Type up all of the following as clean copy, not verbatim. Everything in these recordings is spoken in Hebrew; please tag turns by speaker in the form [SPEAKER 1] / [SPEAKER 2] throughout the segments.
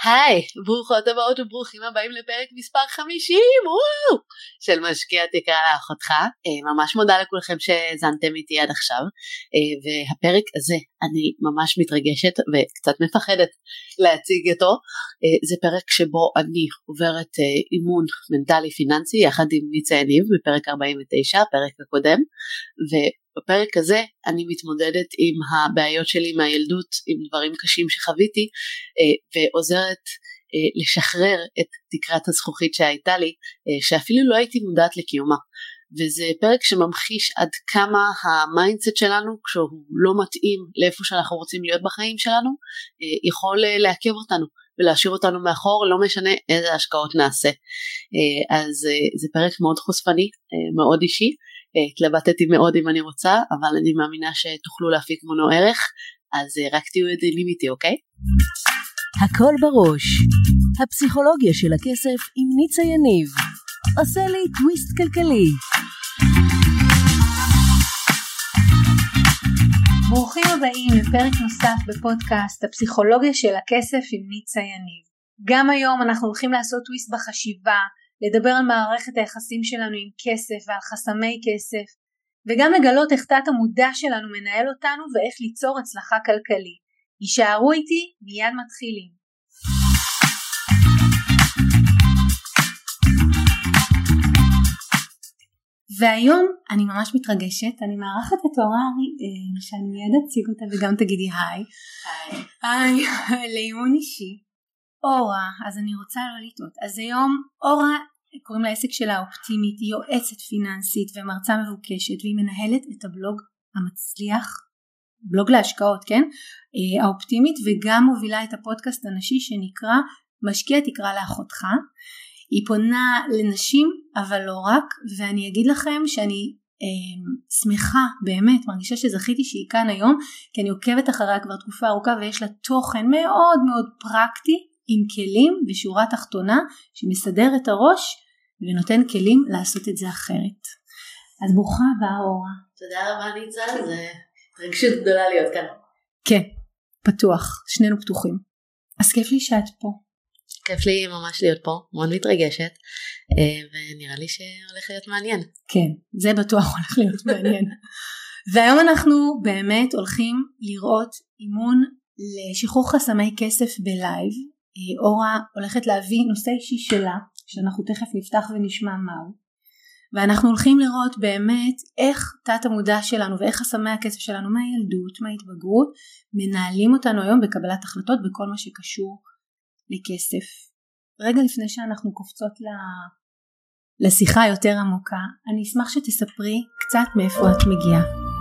[SPEAKER 1] היי, ברוכות הבאות וברוכים הבאים לפרק מספר 50 של משקיע תקרא לאחותך. ממש מודה לכולכם שהזנתם איתי עד עכשיו, והפרק הזה אני ממש מתרגשת וקצת מפחדת להציג אותו. זה פרק שבו אני עוברת אימון מנטלי פיננסי יחד עם ניצה יניב בפרק 49, הפרק הקודם, בפרק הזה אני מתמודדת עם הבעיות שלי מהילדות, עם דברים קשים שחוויתי, ועוזרת לשחרר את תקרת הזכוכית שהייתה לי, שאפילו לא הייתי מודעת לקיומה. וזה פרק שממחיש עד כמה המיינדסט שלנו, כשהוא לא מתאים לאיפה שאנחנו רוצים להיות בחיים שלנו, יכול לעכב אותנו ולהשאיר אותנו מאחור, לא משנה איזה השקעות נעשה. אז זה פרק מאוד חושפני, מאוד אישי, התלבטתי מאוד אם אני רוצה, אבל אני מאמינה שתוכלו להפיק מונו ערך, אז רק תהיו עדינים איתי, אוקיי?
[SPEAKER 2] הכל בראש, הפסיכולוגיה של הכסף עם ניצה יניב, עושה לי טוויסט כלכלי.
[SPEAKER 3] ברוכים הבאים לפרק נוסף בפודקאסט הפסיכולוגיה של הכסף עם ניצה יניב. גם היום אנחנו הולכים לעשות טוויסט בחשיבה, לדבר על מערכת היחסים שלנו עם כסף ועל חסמי כסף, וגם לגלות איך תת המודע שלנו מנהל אותנו ואיך ליצור הצלחה כלכלית. יישארו איתי, מיד מתחילים. והיום אני ממש מתרגשת, אני מארחת את אורה שאני מיד אציג אותה וגם תגידי היי. היי, לאימון אישי. אורה, אז אני רוצה לא לטעות. אז היום אורה, קוראים לעסק שלה אופטימית, היא יועצת פיננסית ומרצה מבוקשת, והיא מנהלת את הבלוג המצליח, בלוג להשקעות, כן? האופטימית, וגם מובילה את הפודקאסט הנשי שנקרא משקיע תקרא לאחותך. היא פונה לנשים, אבל לא רק, ואני אגיד לכם שאני שמחה, באמת, מרגישה שזכיתי שהיא כאן היום, כי אני עוקבת אחריה כבר תקופה ארוכה, ויש לה תוכן מאוד מאוד פרקטי, עם כלים ושורה תחתונה, שמסדר את הראש, ונותן כלים לעשות את זה אחרת. אז ברוכה הבאה אורה.
[SPEAKER 1] תודה רבה ניצה, זה רגשות גדולה להיות כאן.
[SPEAKER 3] כן, פתוח, שנינו פתוחים. אז כיף לי שאת פה.
[SPEAKER 1] כיף לי ממש להיות פה, מאוד מתרגשת, ונראה לי שהולך להיות מעניין.
[SPEAKER 3] כן, זה בטוח הולך להיות מעניין. והיום אנחנו באמת הולכים לראות אימון לשחרור חסמי כסף בלייב. אורה הולכת להביא נושא אישי שלה, שאנחנו תכף נפתח ונשמע מהו. ואנחנו הולכים לראות באמת איך תת המודע שלנו ואיך חסמי הכסף שלנו מהילדות, מההתבגרות, מנהלים אותנו היום בקבלת החלטות בכל מה שקשור לכסף. רגע לפני שאנחנו קופצות לשיחה יותר עמוקה, אני אשמח שתספרי קצת מאיפה את מגיעה.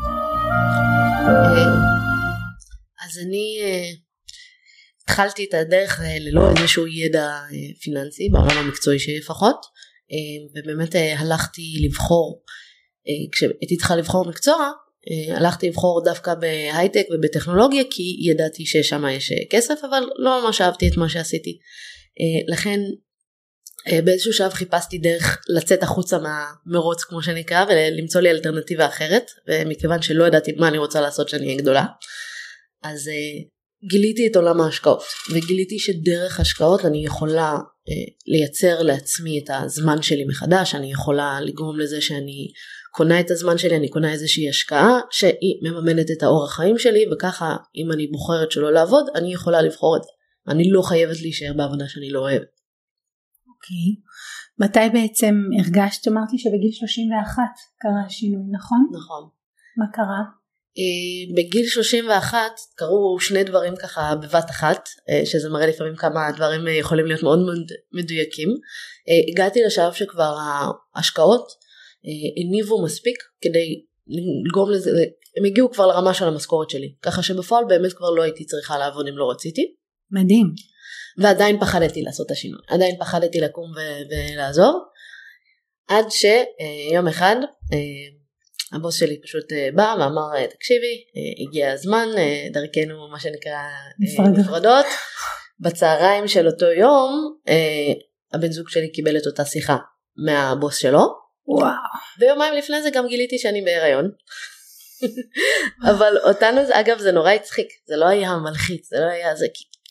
[SPEAKER 1] אז אני התחלתי את הדרך ללא איזשהו ידע פיננסי, בעולם המקצועי שלפחות, ובאמת הלכתי לבחור, כשהייתי צריכה לבחור מקצוע, הלכתי לבחור דווקא בהייטק ובטכנולוגיה, כי ידעתי ששם יש כסף, אבל לא ממש אהבתי את מה שעשיתי. לכן באיזשהו שלב חיפשתי דרך לצאת החוצה מהמרוץ כמו שנקרא, ולמצוא לי אלטרנטיבה אחרת, ומכיוון שלא ידעתי מה אני רוצה לעשות שאני אהיה גדולה, אז גיליתי את עולם ההשקעות, וגיליתי שדרך השקעות אני יכולה לייצר לעצמי את הזמן שלי מחדש, אני יכולה לגרום לזה שאני קונה את הזמן שלי, אני קונה איזושהי השקעה שהיא מממנת את האורח חיים שלי, וככה אם אני בוחרת שלא לעבוד, אני יכולה לבחור את זה. אני לא חייבת להישאר בעבודה שאני לא אוהבת.
[SPEAKER 3] אוקיי. מתי בעצם הרגשת, אמרתי שבגיל 31 קרה השינוי, נכון?
[SPEAKER 1] נכון.
[SPEAKER 3] מה קרה?
[SPEAKER 1] בגיל 31 קרו שני דברים ככה בבת אחת, שזה מראה לפעמים כמה הדברים יכולים להיות מאוד מאוד מדויקים. הגעתי לשלב שכבר ההשקעות הניבו מספיק כדי לגרום לזה, הם הגיעו כבר לרמה של המשכורת שלי, ככה שבפועל באמת כבר לא הייתי צריכה לעבוד אם לא רציתי.
[SPEAKER 3] מדהים.
[SPEAKER 1] ועדיין פחדתי לעשות את השינוי, עדיין פחדתי לקום ולעזור, עד שיום אחד הבוס שלי פשוט בא ואמר, תקשיבי, הגיע הזמן, דרכנו מה שנקרא נפרדות. בצהריים של אותו יום, הבן זוג שלי קיבל את אותה שיחה מהבוס שלו,
[SPEAKER 3] וואו.
[SPEAKER 1] ויומיים לפני זה גם גיליתי שאני בהיריון. אבל אותנו, אגב, זה נורא הצחיק, זה לא היה מלחיץ, זה לא היה זה,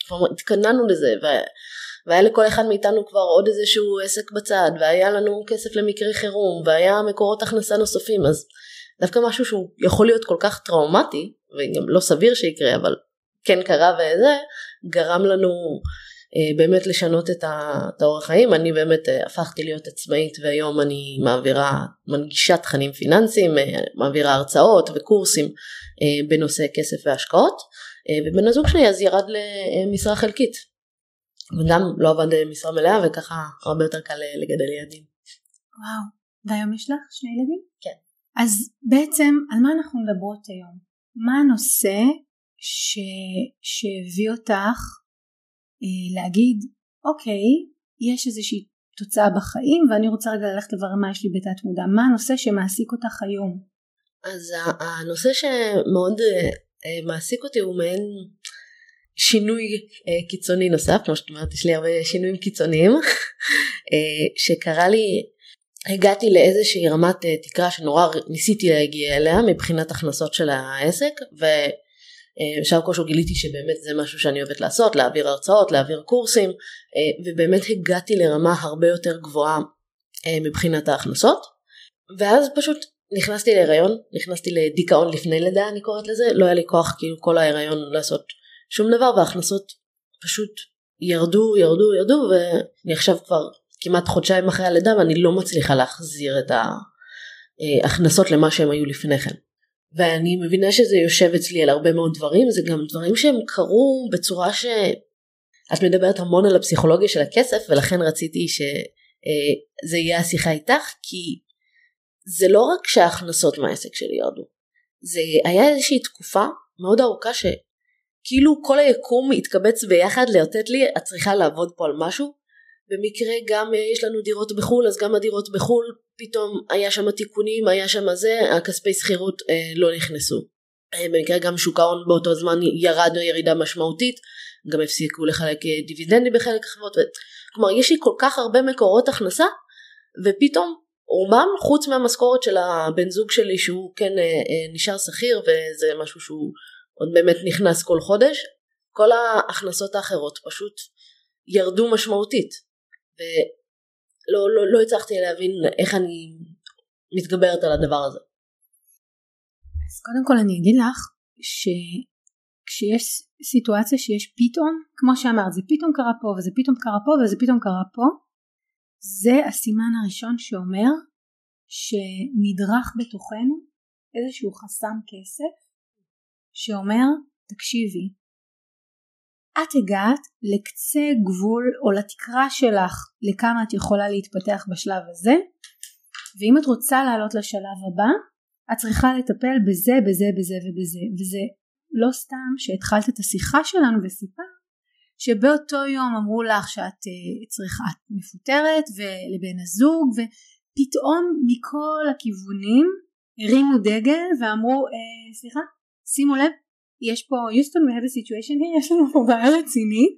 [SPEAKER 4] כבר התכננו לזה, והיה לכל אחד מאיתנו כבר עוד איזשהו עסק בצד, והיה לנו כסף למקרה חירום, והיה מקורות הכנסה נוספים, אז דווקא משהו שהוא יכול להיות כל כך טראומטי, וגם לא סביר שיקרה, אבל כן קרה וזה, גרם לנו באמת לשנות את האורח חיים. אני באמת הפכתי להיות עצמאית, והיום אני מנגישה תכנים פיננסיים, מעבירה הרצאות וקורסים בנושא כסף והשקעות, ובן הזוג שלי אז ירד למשרה חלקית, וגם לא עבד משרה מלאה, וככה הרבה יותר קל לגדל ילדים.
[SPEAKER 3] וואו, והיום יש לך 2 ילדים?
[SPEAKER 4] כן.
[SPEAKER 3] אז בעצם על מה אנחנו מדברות היום? מה הנושא שהביא אותך להגיד, אוקיי, יש איזושהי תוצאה בחיים ואני רוצה רגע ללכת לברר מה יש לי בתת מודע, מה הנושא שמעסיק אותך היום?
[SPEAKER 4] אז הנושא שמאוד מעסיק אותי הוא מעין שינוי קיצוני נוסף, כמו שאת אומרת, יש לי הרבה שינויים קיצוניים, שקרה לי, הגעתי לאיזושהי רמת תקרה שנורא ניסיתי להגיע אליה מבחינת הכנסות של העסק, ושם כלשהו גיליתי שבאמת זה משהו שאני אוהבת לעשות, להעביר הרצאות, להעביר קורסים, ובאמת הגעתי לרמה הרבה יותר גבוהה מבחינת ההכנסות, ואז פשוט נכנסתי להיריון, נכנסתי לדיכאון לפני לידה אני קוראת לזה, לא היה לי כוח כאילו כל ההיריון לעשות שום דבר, וההכנסות פשוט ירדו, ואני עכשיו כבר כמעט חודשיים אחרי הלידה, ואני לא מצליחה להחזיר את ההכנסות למה שהם היו לפני כן. ואני מבינה שזה יושב אצלי על הרבה מאוד דברים, זה גם דברים שהם קרו בצורה את מדברת המון על הפסיכולוגיה של הכסף, ולכן רציתי שזה יהיה השיחה איתך, כי זה לא רק שההכנסות מהעסק שלי ירדו, זה היה איזושהי תקופה מאוד ארוכה שכאילו כל היקום התקבץ ביחד לתת לי, את צריכה לעבוד פה על משהו, במקרה גם יש לנו דירות בחול, אז גם הדירות בחול, פתאום היה שם תיקונים, היה שם זה, הכספי שכירות לא נכנסו. במקרה גם שוק ההון באותו זמן ירד ירידה משמעותית, גם הפסיקו לחלק דיבידנדים בחלק החברות, כלומר יש לי כל כך הרבה מקורות הכנסה, ופתאום רובם חוץ מהמשכורת של הבן זוג שלי שהוא כן נשאר שכיר, וזה משהו שהוא עוד באמת נכנס כל חודש, כל ההכנסות האחרות פשוט ירדו משמעותית, ולא הצלחתי להבין איך אני מתגברת על הדבר הזה.
[SPEAKER 3] אז קודם כל אני אגיד לך שכשיש סיטואציה שיש פתאום, כמו שאמרת, זה פתאום קרה פה וזה פתאום קרה פה וזה פתאום קרה פה, זה הסימן הראשון שאומר שנדרך בתוכנו איזשהו חסם כסף שאומר, תקשיבי, את הגעת לקצה גבול או לתקרה שלך לכמה את יכולה להתפתח בשלב הזה, ואם את רוצה לעלות לשלב הבא את צריכה לטפל בזה בזה בזה ובזה, וזה לא סתם שהתחלת את השיחה שלנו וסיפרת שבאותו יום אמרו לך שאת צריכה, את מפוטרת ולבן הזוג, ופתאום מכל הכיוונים הרימו דגל ואמרו סליחה, שימו לב, יש פה Houston we have a situation here, יש לנו פה בעיה רצינית,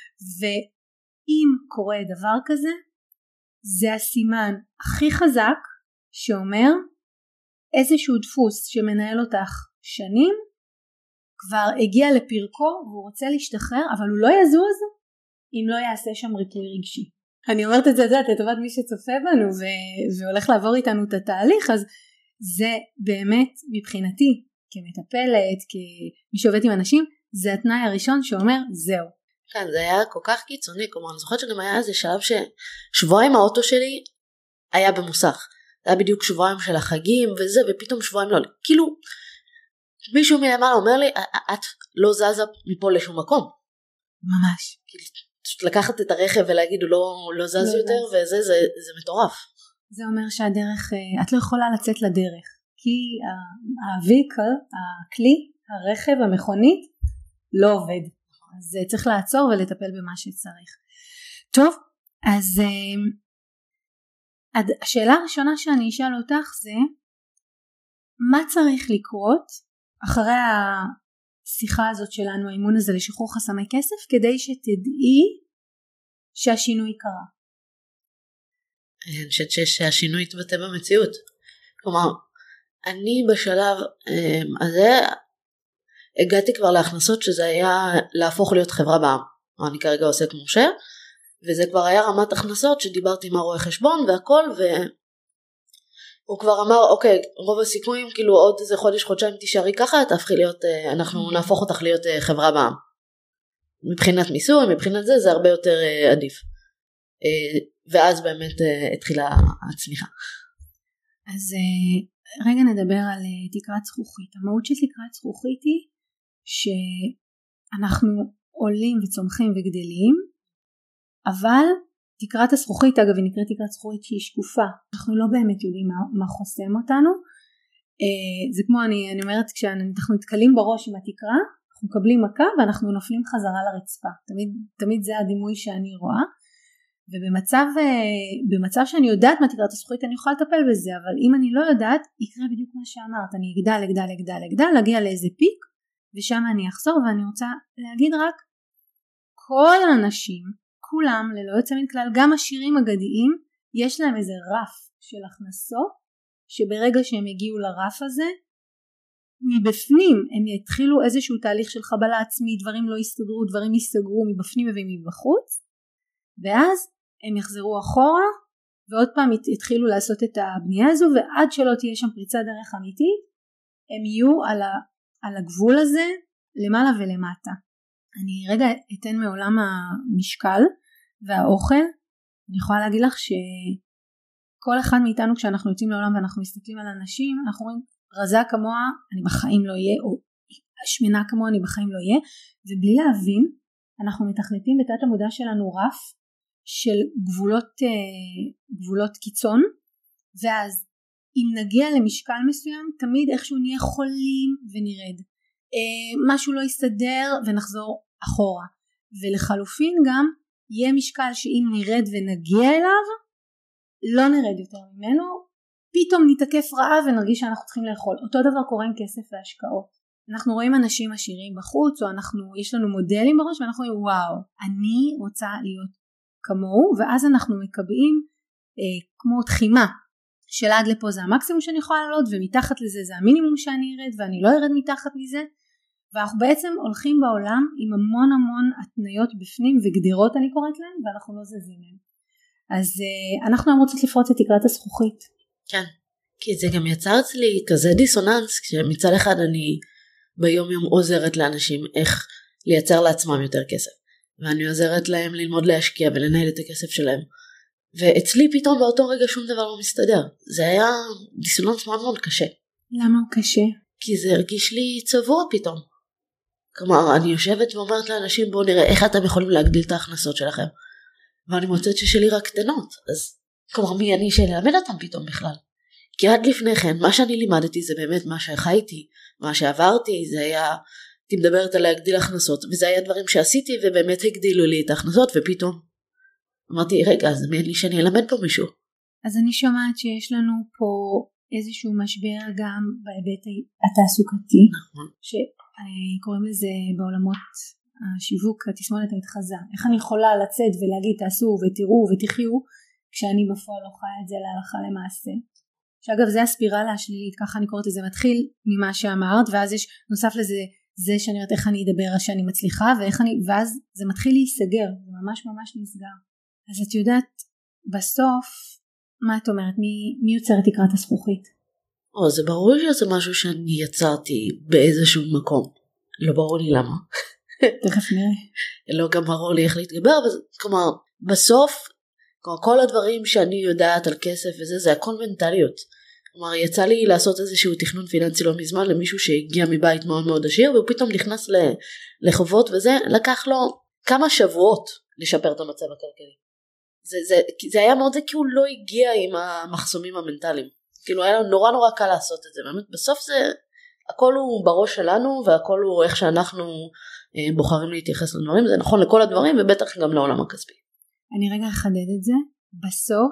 [SPEAKER 3] ואם קורה דבר כזה זה הסימן הכי חזק שאומר איזשהו דפוס שמנהל אותך שנים כבר הגיע לפרקו והוא רוצה להשתחרר, אבל הוא לא יזוז אם לא יעשה שם ריפוי רגשי. אני אומרת את זה לטובת מי שצופה בנו והולך לעבור איתנו את התהליך, אז זה באמת מבחינתי כמטפלת, כמי שעובד עם אנשים, זה התנאי הראשון שאומר זהו.
[SPEAKER 4] כן, זה היה כל כך קיצוני, כלומר אני זוכרת שגם היה איזה שלב ששבועיים האוטו שלי היה במוסך, זה היה בדיוק שבועיים של החגים וזה, ופתאום שבועיים לא, כאילו מישהו מלמעלה אומר לי, את לא זזה מפה לשום מקום.
[SPEAKER 3] ממש.
[SPEAKER 4] פשוט לקחת את הרכב ולהגיד, הוא לא זז יותר, וזה זה מטורף.
[SPEAKER 3] זה אומר שהדרך, את לא יכולה לצאת לדרך, כי הוויקל, הכלי, הרכב, המכונית, לא עובד. אז צריך לעצור ולטפל במה שצריך. טוב, אז השאלה הראשונה שאני אשאל אותך זה, מה צריך לקרות אחרי השיחה הזאת שלנו, האימון הזה לשחרור חסמי כסף, כדי שתדעי שהשינוי קרה?
[SPEAKER 4] אני חושבת שהשינוי יתבטא במציאות. כלומר, אני בשלב הזה הגעתי כבר להכנסות שזה היה להפוך להיות חברה בע"מ. אני כרגע עוסק מורשה, וזה כבר היה רמת הכנסות שדיברתי עם הרואה חשבון והכל, והוא כבר אמר, אוקיי, רוב הסיכויים, כאילו עוד איזה חודש-חודשיים תישארי ככה, תהפכי להיות, אנחנו נהפוך אותך להיות חברה בעם. מבחינת מיסוי, מבחינת זה הרבה יותר עדיף. ואז באמת התחילה הצמיחה.
[SPEAKER 3] אז רגע נדבר על תקרת זכוכית. המהות של תקרת זכוכית היא שאנחנו עולים וצומחים וגדלים, אבל תקרת הזכוכית, אגב היא נקראת תקרת זכוכית שהיא שקופה, אנחנו לא באמת יודעים מה חוסם אותנו. זה כמו אני אומרת, כשאנחנו מתקלים בראש עם התקרה, אנחנו מקבלים מכה ואנחנו נופלים חזרה לרצפה. תמיד זה הדימוי שאני רואה. ובמצב שאני יודעת מה תקרת הזכוכית אני יכולה לטפל בזה, אבל אם אני לא יודעת יקרה בדיוק מה שאמרת, אני אגדל, להגיע לאיזה פיק ושם אני אחזור. ואני רוצה להגיד רק, כל האנשים, כולם ללא יוצא מן כלל, גם השירים אגדיים, יש להם איזה רף של הכנסות, שברגע שהם יגיעו לרף הזה, מבפנים הם יתחילו איזשהו תהליך של חבלה עצמית, דברים לא יסתדרו, דברים יסתגרו מבפנים ומבחוץ, ואז הם יחזרו אחורה ועוד פעם יתחילו לעשות את הבנייה הזו, ועד שלא תהיה שם פריצה דרך אמיתית הם יהיו על הגבול הזה למעלה ולמטה. אני רגע אתן מעולם המשקל והאוכל. אני יכולה להגיד לך שכל אחד מאיתנו כשאנחנו יוצאים לעולם ואנחנו מסתכלים על אנשים, אנחנו רואים רזה כמוה אני בחיים לא אהיה, או שמנה כמוה אני בחיים לא אהיה, ובלי להבין אנחנו מתכנתים בתת המודע שלנו רף של גבולות קיצון, ואז אם נגיע למשקל מסוים תמיד איכשהו נהיה חולים ונרד, משהו לא יסתדר ונחזור אחורה, ולחלופין גם יהיה משקל שאם נרד ונגיע אליו לא נרד יותר ממנו, פתאום נתקף רעב ונרגיש שאנחנו צריכים לאכול. אותו דבר קורה עם כסף והשקעות. אנחנו רואים אנשים עשירים בחוץ, או יש לנו מודלים בראש ואנחנו רואים וואו אני רוצה להיות כמוהו, ואז אנחנו מקבעים כמו תחימה של עד לפה זה המקסימום שאני יכולה לעלות, ומתחת לזה זה המינימום שאני ארד, ואני לא ארד מתחת מזה, ואנחנו בעצם הולכים בעולם עם המון התניות בפנים וגדרות אני קוראת להם, ואנחנו לא זזים להם. אז אנחנו רוצות לפרוץ את תקרת הזכוכית.
[SPEAKER 4] כן, כי זה גם יצר אצלי כזה דיסוננס, כשמצד אחד אני ביום יום עוזרת לאנשים איך לייצר לעצמם יותר כסף, ואני עוזרת להם ללמוד להשקיע ולנהל את הכסף שלהם, ואצלי פתאום באותו רגע שום דבר לא מסתדר. זה היה דיסוננס מאוד מאוד קשה.
[SPEAKER 3] למה הוא קשה?
[SPEAKER 4] כי זה הרגיש לי צבוע פתאום. כלומר אני יושבת ואומרת לאנשים בואו נראה איך אתם יכולים להגדיל את ההכנסות שלכם, ואני מוצאת ששלי רק קטנות, אז כלומר מי אני שלמד אותם פתאום בכלל? כי עד לפני כן מה שאני לימדתי זה באמת מה שחייתי, מה שעברתי, זה היה מדברת על להגדיל הכנסות, וזה היה דברים שעשיתי ובאמת הגדילו לי את ההכנסות, ופתאום אמרתי רגע אז מי אני שאני אלמד פה מישהו?
[SPEAKER 3] אז אני שומעת שיש לנו פה איזשהו משבר גם בהיבט התעסוקתי,
[SPEAKER 4] נכון.
[SPEAKER 3] שקוראים לזה בעולמות השיווק התסמונת ההתחזה. איך אני יכולה לצאת ולהגיד תעשו ותראו ותחיו, כשאני בפועל לא חיה את זה להלכה למעשה. שאגב זה הספירלה השלילית, ככה אני קוראת לזה, מתחיל ממה שאמרת, ואז יש נוסף לזה זה שאני אומרת איך אני אדבר שאני מצליחה, ואז זה מתחיל להיסגר, זה ממש נסגר. אז את יודעת בסוף מה את אומרת, מי יוצר את תקרת הזכוכית?
[SPEAKER 4] זה ברור שזה משהו שאני יצרתי באיזשהו מקום, לא ברור לי למה.
[SPEAKER 3] תכף נראה.
[SPEAKER 4] לא גם ברור לי איך להתגבר, אבל כלומר בסוף כל הדברים שאני יודעת על כסף וזה, זה הכל מנטליות. כלומר יצא לי לעשות איזשהו תכנון פיננסי לא מזמן למישהו שהגיע מבית מאוד מאוד עשיר, והוא פתאום נכנס לחובות, וזה לקח לו כמה שבועות לשפר את המצב הכלכלי. זה היה מאוד זה כי הוא לא הגיע עם המחסומים המנטליים, כאילו היה נורא קל לעשות את זה. באמת בסוף זה הכל הוא בראש שלנו, והכל הוא איך שאנחנו בוחרים להתייחס לדברים. זה נכון לכל הדברים ובטח גם לעולם הכספי.
[SPEAKER 3] אני רגע אחדד את זה. בסוף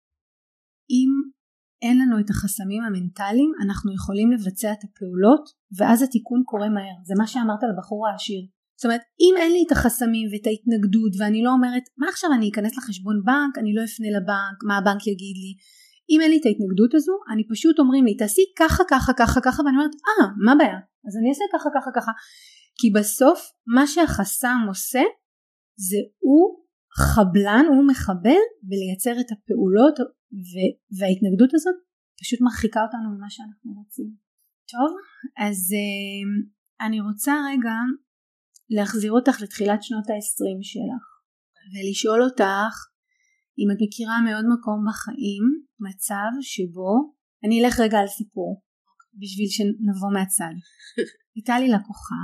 [SPEAKER 3] אם אין לנו את החסמים המנטליים אנחנו יכולים לבצע את הפעולות, ואז התיקון קורה מהר. זה מה שאמרת על הבחור העשיר. זאת אומרת אם אין לי את החסמים ואת ההתנגדות, ואני לא אומרת מה עכשיו אני אכנס לחשבון בנק, אני לא אפנה לבנק, מה הבנק יגיד לי, אם אין לי את ההתנגדות הזו, אני פשוט אומרים לי תעשי ככה, ואני אומרת מה בעיה, אז אני אעשה ככה, כי בסוף מה שהחסם עושה זה הוא חבלן, הוא מחבל בלייצר את הפעולות, וההתנגדות הזאת פשוט מרחיקה אותנו ממה שאנחנו רוצים. טוב, אז אני רוצה רגע להחזיר אותך לתחילת שנות ה-20 שלך, ולשאול אותך אם את מכירה מאוד מקום בחיים, מצב שבו, אני אלך רגע על סיפור, בשביל שנבוא מהצד. הייתה לי לקוחה,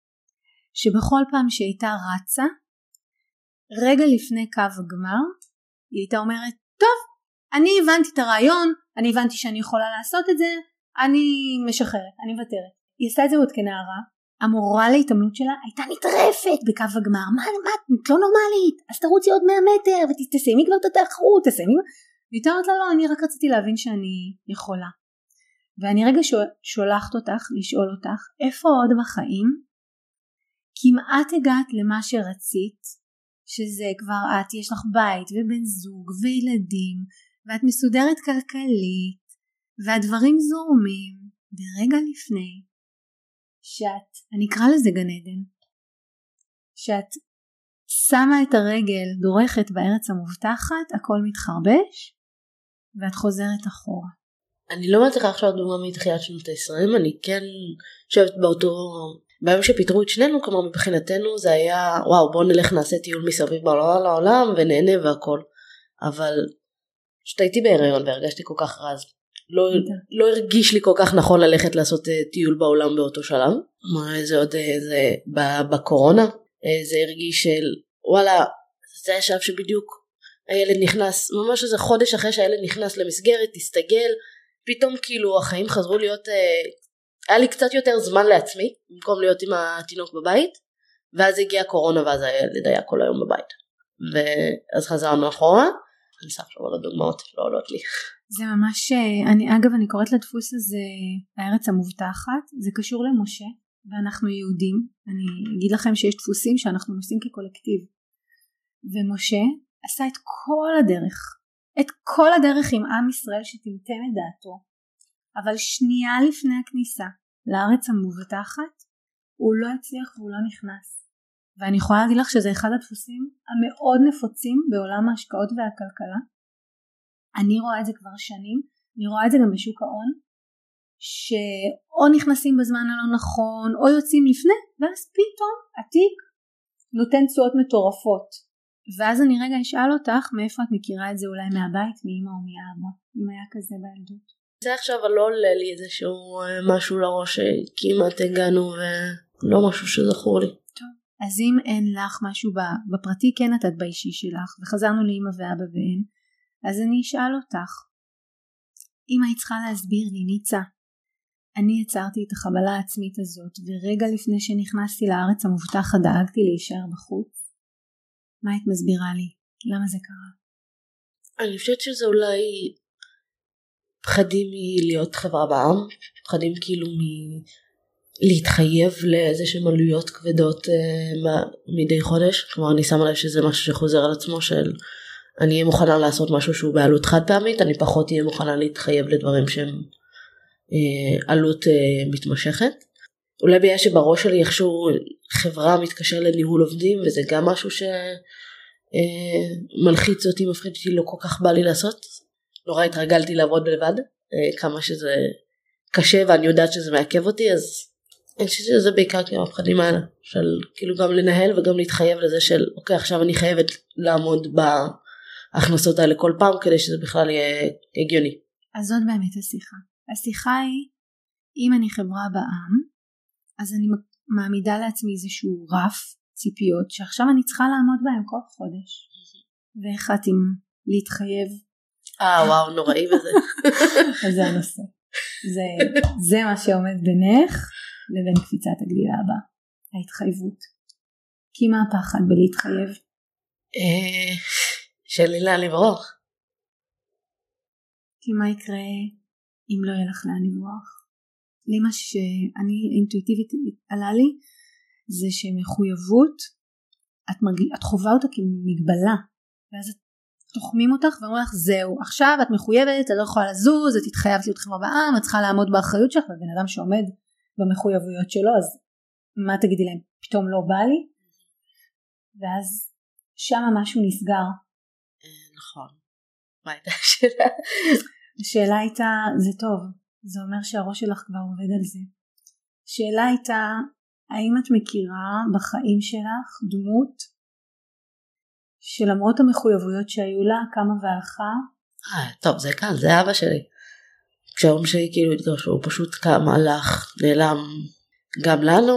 [SPEAKER 3] שבכל פעם שהייתה רצה, רגע לפני קו הגמר, היא הייתה אומרת, טוב, אני הבנתי את הרעיון, אני הבנתי שאני יכולה לעשות את זה, אני משחררת, אני מוותרת. היא עשתה את זה עוד כנערה, המורה להתאמנות שלה הייתה נטרפת בקו הגמר, מה, את לא נורמלית, אז תרוצי עוד 100 מטר, ותסיימי כבר את התחרות, תסיימי, והיא אומרת לה, לא, אני רק רציתי להבין שאני יכולה. ואני רגע שולחת אותך, לשאול אותך, איפה עוד בחיים, כמעט הגעת למה שרצית, שזה כבר את, יש לך בית ובן זוג וילדים, ואת מסודרת כלכלית, והדברים זורמים, ורגע לפני, שאת, אני אקרא לזה גן עדן, שאת שמה את הרגל דורכת בארץ המובטחת, הכל מתחרבש, ואת חוזרת אחורה.
[SPEAKER 4] אני לא מצליחה עכשיו דוגמה מתחילת שנות ה-20, אני כן חושבת באותו, ביום שפיתרו את שנינו, כלומר מבחינתנו זה היה, וואו בוא נלך נעשה טיול מסביב בעולם ונהנה והכל, אבל כשהייתי בהיריון והרגשתי כל כך רז, לא הרגיש לי כל כך נכון ללכת לעשות טיול בעולם באותו שלב. זה עוד זה בקורונה, זה הרגיש של וואלה, זה היה שלב שבדיוק הילד נכנס, ממש איזה חודש אחרי שהילד נכנס למסגרת, הסתגל, פתאום כאילו החיים חזרו להיות, היה לי קצת יותר זמן לעצמי, במקום להיות עם התינוק בבית, ואז הגיעה קורונה ואז הילד היה כל היום בבית. ואז חזרנו אחורה, אני אעשה עכשיו על הדוגמאות, לא עולות לי.
[SPEAKER 3] זה ממש, אני קוראת לדפוס הזה הארץ המובטחת, זה קשור למשה, ואנחנו יהודים, אני אגיד לכם שיש דפוסים שאנחנו נוסעים כקולקטיב, ומשה עשה את כל הדרך עם עם ישראל שטמטם את דעתו, אבל שנייה לפני הכניסה לארץ המובטחת, הוא לא הצליח והוא לא נכנס, ואני יכולה להגיד לך שזה אחד הדפוסים המאוד נפוצים בעולם ההשקעות והכלכלה. אני רואה את זה כבר שנים, אני רואה את זה גם בשוק ההון, שאו נכנסים בזמן הלא נכון, או יוצאים לפני, ואז פתאום התיק נותן תשואות מטורפות. ואז אני רגע אשאל אותך, מאיפה את מכירה את זה אולי מהבית, מאמא או מאבא, אם היה כזה בילדות.
[SPEAKER 4] זה עכשיו לא עולה לי איזשהו משהו לראש, כמעט הגענו ולא משהו שזכור לי.
[SPEAKER 3] טוב, אז אם אין לך משהו בפרטי, כן נתת באישי שלך, וחזרנו לאמא ואבא ואין, אז אני אשאל אותך, אם היית צריכה להסביר לי, ניצה, אני יצרתי את החבלה העצמית הזאת, ורגע לפני שנכנסתי לארץ המובטחת דאגתי להישאר בחוץ, מה היית מסבירה לי? למה זה קרה?
[SPEAKER 4] אני חושבת שזה אולי פחדים מלהיות חברה בעם, פחדים כאילו להתחייב לאיזה שהן עלויות כבדות מדי חודש, כלומר אני שמה לב שזה משהו שחוזר על עצמו של אני אהיה מוכנה לעשות משהו שהוא בעלות חד פעמית, אני פחות אהיה מוכנה להתחייב לדברים שהם עלות מתמשכת. אולי בגלל שבראש שלי איכשהו חברה מתקשר לניהול עובדים, וזה גם משהו שמלחיץ אותי, מפחיד אותי, לא כל כך בא לי לעשות. נורא התרגלתי לעבוד לבד, כמה שזה קשה ואני יודעת שזה מעכב אותי, אז אני חושבת שזה בעיקר כאילו הפחדים האלה, של כאילו גם לנהל וגם להתחייב לזה של אוקיי עכשיו אני חייבת לעמוד בהכנסות האלה כל פעם, כדי שזה בכלל יהיה הגיוני.
[SPEAKER 3] אז זאת באמת השיחה היא, אם אני חברה בעם, אז אני מעמידה לעצמי איזשהו רף ציפיות, שעכשיו אני צריכה לעמוד בהם כל חודש, והחלטתי להתחייב.
[SPEAKER 4] וואו, נוראי בזה.
[SPEAKER 3] אז זה הנושא. זה מה שעומד בינך לבין קפיצת הגדילה הבאה, ההתחייבות. כי מה הפחד בלהתחייב?
[SPEAKER 4] שלי לאן לברוח. כי
[SPEAKER 3] מה יקרה אם לא יהיה לך לאן לברוח? לי מה שאני אינטואיטיבית עלה לי, זה שמחויבות, את חובה אותה כמגבלה, ואז את תוחמים אותך ואומרים לך זהו, עכשיו את מחויבת, את לא יכולה לזוז, את התחייבת להיות חברה בעם, את צריכה לעמוד באחריות שלך, ובן אדם שעומד במחויבויות שלו, אז מה תגידי להם? פתאום לא בא לי? ואז שם משהו נסגר.
[SPEAKER 4] נכון. מה הייתה השאלה?
[SPEAKER 3] השאלה הייתה, זה טוב, זה אומר שהראש שלך כבר עובד על זה. השאלה הייתה, האם את מכירה בחיים שלך דמות שלמרות המחויבויות שהיו לה, קמה והלכה?
[SPEAKER 4] טוב, זה קל, זה אבא שלי. כשההורים שלי כאילו התגרשו, הוא פשוט קם, הלך, נעלם גם לנו,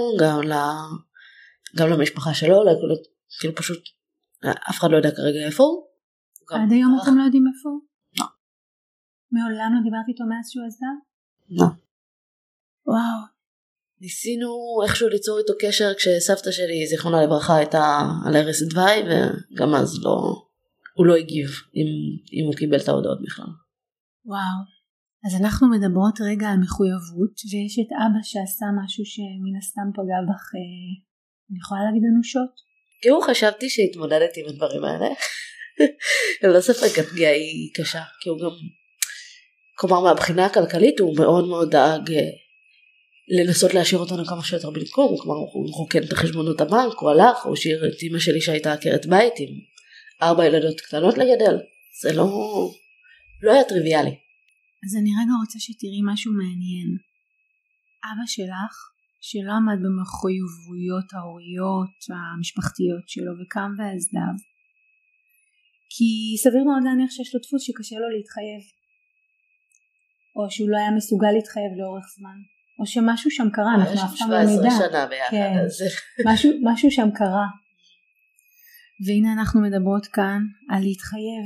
[SPEAKER 4] גם למשפחה שלו, כאילו פשוט אף אחד לא יודע כרגע איפה הוא.
[SPEAKER 3] עד היום אתם לא יודעים איפה הוא?
[SPEAKER 4] לא.
[SPEAKER 3] מעולם לא דיברתי איתו מאז שהוא עזב?
[SPEAKER 4] לא.
[SPEAKER 3] וואו.
[SPEAKER 4] ניסינו איכשהו ליצור איתו קשר כשסבתא שלי, זיכרונה לברכה, הייתה על ערש דווי, וגם אז הוא לא הגיב אם הוא קיבל את ההודעות בכלל.
[SPEAKER 3] וואו. אז אנחנו מדברות רגע על מחויבות, ויש את אבא שעשה משהו שמן הסתם פגע בך, אני יכולה להגיד אנושות?
[SPEAKER 4] כאילו חשבתי שהתמודדתי עם הדברים האלה. לא ספק הפגיעה היא קשה, כי הוא גם, כלומר מהבחינה הכלכלית הוא מאוד מאוד דאג לנסות להשאיר אותנו כמה שיותר בלקום, כלומר הוא רוקן את החשבונות הבנק, הוא הלך, הוא השאיר את אמא שלי שהייתה עקרת בית עם 4 ילדות קטנות לגדל, זה לא היה טריוויאלי.
[SPEAKER 3] אז אני רגע רוצה שתראי משהו מעניין. אבא שלך, שלא עמד במחויבויות ההוריות המשפחתיות שלו וקם ועזב, כי סביר מאוד להניח שיש לו דפוס שקשה לו להתחייב, או שהוא לא היה מסוגל להתחייב לאורך זמן, או שמשהו שם קרה, אנחנו אף פעם לא נדע.
[SPEAKER 4] 17 שנה ביחד.
[SPEAKER 3] כן. משהו שם קרה. והנה אנחנו מדברות כאן על להתחייב,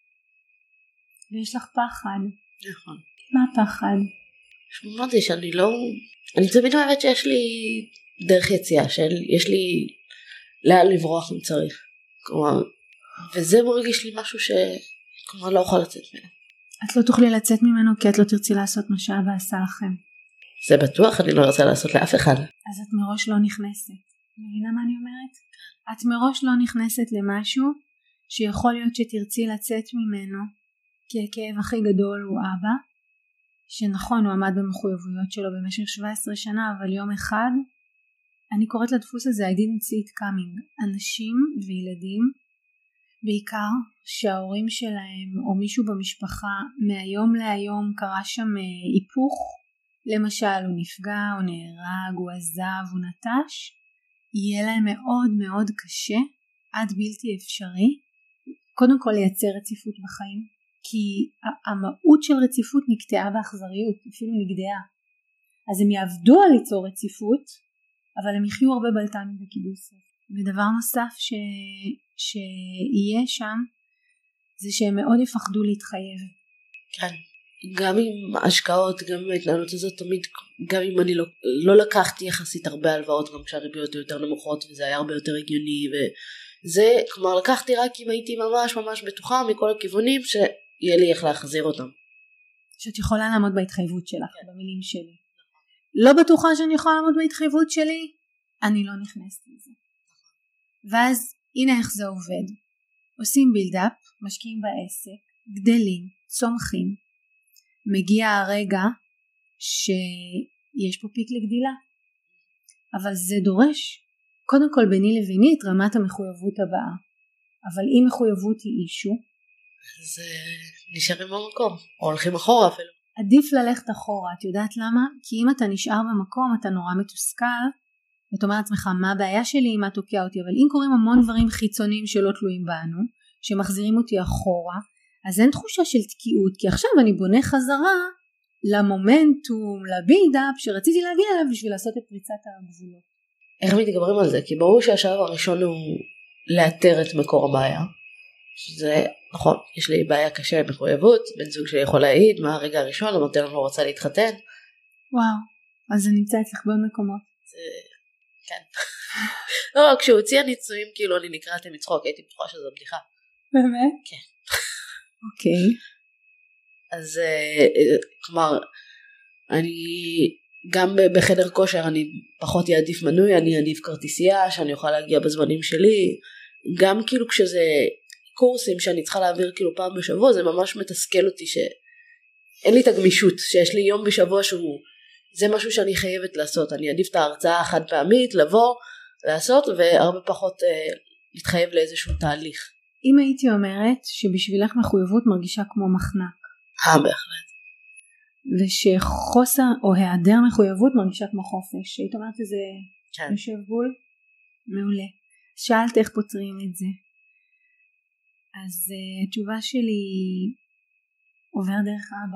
[SPEAKER 3] ויש לך פחד.
[SPEAKER 4] נכון.
[SPEAKER 3] מה הפחד?
[SPEAKER 4] אמרתי אני תמיד אוהבת שיש לי דרך יציאה, יש לי לאן לברוח אם צריך, כלומר, וזה מרגיש לי משהו שכלומר לא יכול לצאת ממנו.
[SPEAKER 3] את לא תוכלי לצאת ממנו כי את לא תרצי לעשות מה שאבא עשה לכם.
[SPEAKER 4] זה בטוח, אני לא רוצה לעשות לאף אחד.
[SPEAKER 3] אז את מראש לא נכנסת. מבינה מה אני אומרת? את מראש לא נכנסת למשהו שיכול להיות שתרצי לצאת ממנו, כי הכאב הכי גדול הוא אבא, שנכון הוא עמד במחויבויות שלו במשך 17 שנה, אבל יום אחד, אני קוראת לדפוס הזה I didn't see it coming, אנשים וילדים, בעיקר שההורים שלהם או מישהו במשפחה מהיום להיום קרה שם היפוך, למשל הוא נפגע, הוא נהרג, הוא עזב, הוא נטש, יהיה להם מאוד מאוד קשה, עד בלתי אפשרי, קודם כל לייצר רציפות בחיים, כי המהות של רציפות נקטעה באכזריות, אפילו נגדעה. אז הם יעבדו על ליצור רציפות, אבל הם יחיו הרבה בלת"מים וקיבוץ. ודבר נוסף שיהיה שם, זה שהם מאוד יפחדו להתחייב.
[SPEAKER 4] כן, גם עם השקעות, גם עם ההתנהלות הזאת, תמיד, גם אם אני לא לקחתי יחסית הרבה הלוואות, גם כשהריביות היו יותר נמוכות, וזה היה הרבה יותר הגיוני, וזה, כלומר לקחתי רק אם הייתי ממש ממש בטוחה מכל הכיוונים, יהיה לי איך להחזיר אותם.
[SPEAKER 3] שאת יכולה לעמוד בהתחייבות שלך, במילים שלי. לא בטוחה שאני יכולה לעמוד בהתחייבות שלי, אני לא נכנסת לזה. ואז הנה איך זה עובד. עושים בילדאפ, משקיעים בעסק, גדלים, צומחים. מגיע הרגע שיש פה פיק לגדילה. אבל זה דורש, קודם כל ביני לביני, את רמת המחויבות הבאה. אבל אם מחויבות היא אישו,
[SPEAKER 4] אז נשארים במקום, או הולכים אחורה אפילו.
[SPEAKER 3] עדיף ללכת אחורה, את יודעת למה? כי אם אתה נשאר במקום אתה נורא מתוסכל, ואתה אומר לעצמך מה הבעיה שלי, מה תוקע אותי, אבל אם קוראים המון דברים חיצוניים שלא תלויים בנו, שמחזירים אותי אחורה, אז אין תחושה של תקיעות, כי עכשיו אני בונה חזרה למומנטום, לבילדאפ שרציתי להגיע אליו בשביל לעשות את פריצת הגבולות.
[SPEAKER 4] איך מתגברים על זה? כי ברור שהשלב הראשון הוא לאתר את מקור הבעיה, שזה נכון, יש לי בעיה קשה עם מחויבות, בן זוג שלי יכול להעיד מה הרגע הראשון, אמרתי לו לא רוצה להתחתן.
[SPEAKER 3] וואו, אז זה נמצא אצלך בעוד מקומות.
[SPEAKER 4] כן. לא, כשהוא הוציא הניצויים כאילו אני נקראת מצחוק, הייתי בטוחה שזו בדיחה.
[SPEAKER 3] באמת?
[SPEAKER 4] כן.
[SPEAKER 3] אוקיי.
[SPEAKER 4] אז כלומר, אני גם בחדר כושר אני פחות יעדיף מנוי, אני אעדיף כרטיסייה שאני אוכל להגיע בזמנים שלי, גם כאילו כשזה קורסים שאני צריכה להעביר כאילו פעם בשבוע, זה ממש מתסכל אותי שאין לי את הגמישות, שיש לי יום בשבוע שהוא, זה משהו שאני חייבת לעשות, אני אעדיף את ההרצאה החד פעמית, לבוא, לעשות, והרבה פחות להתחייב לאיזשהו תהליך.
[SPEAKER 3] אם הייתי אומרת שבשבילך מחויבות מרגישה כמו מחנק.
[SPEAKER 4] בהחלט.
[SPEAKER 3] ושחוסר או היעדר מחויבות מרגישה כמו חופש. היית אומרת שזה יושב בול? מעולה. שאלת איך פותרים את זה. אז התשובה שלי עובר דרך אבא.